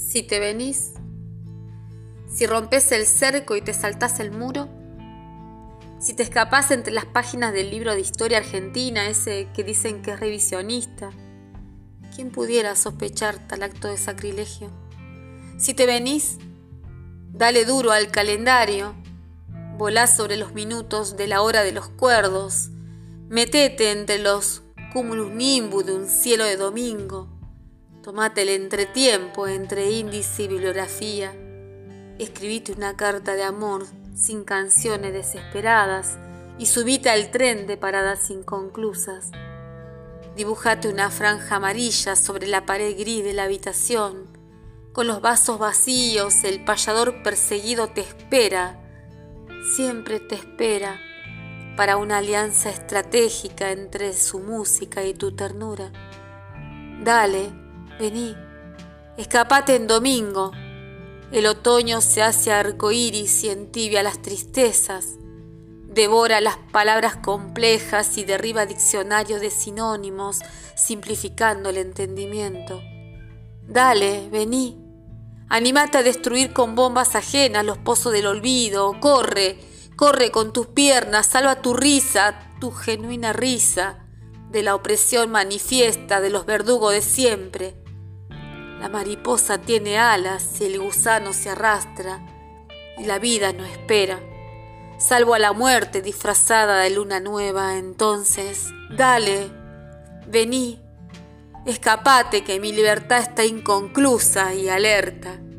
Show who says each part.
Speaker 1: Si te venís, si rompes el cerco y te saltás el muro, si te escapás entre las páginas del libro de historia argentina, ese que dicen que es revisionista, ¿quién pudiera sospechar tal acto de sacrilegio? Si te venís, dale duro al calendario, volá sobre los minutos de la hora de los cuerdos, metete entre los cumulus nimbus de un cielo de domingo, tomate el entretiempo entre índice y bibliografía, escribite una carta de amor sin canciones desesperadas y subite al tren de paradas inconclusas. Dibujate una franja amarilla sobre la pared gris de la habitación. Con los vasos vacíos, el payador perseguido te espera, siempre te espera, para una alianza estratégica entre su música y tu ternura. Dale, vení, escapate en domingo. El otoño se hace arcoíris y entibia las tristezas. Devora las palabras complejas y derriba diccionarios de sinónimos, simplificando el entendimiento. Dale, vení. Animate a destruir con bombas ajenas los pozos del olvido. Corre, corre con tus piernas, salva tu risa, tu genuina risa, de la opresión manifiesta de los verdugos de siempre. La mariposa tiene alas y el gusano se arrastra, y la vida no espera, salvo a la muerte disfrazada de luna nueva. Entonces, dale, vení, escapate que mi libertad está inconclusa y alerta.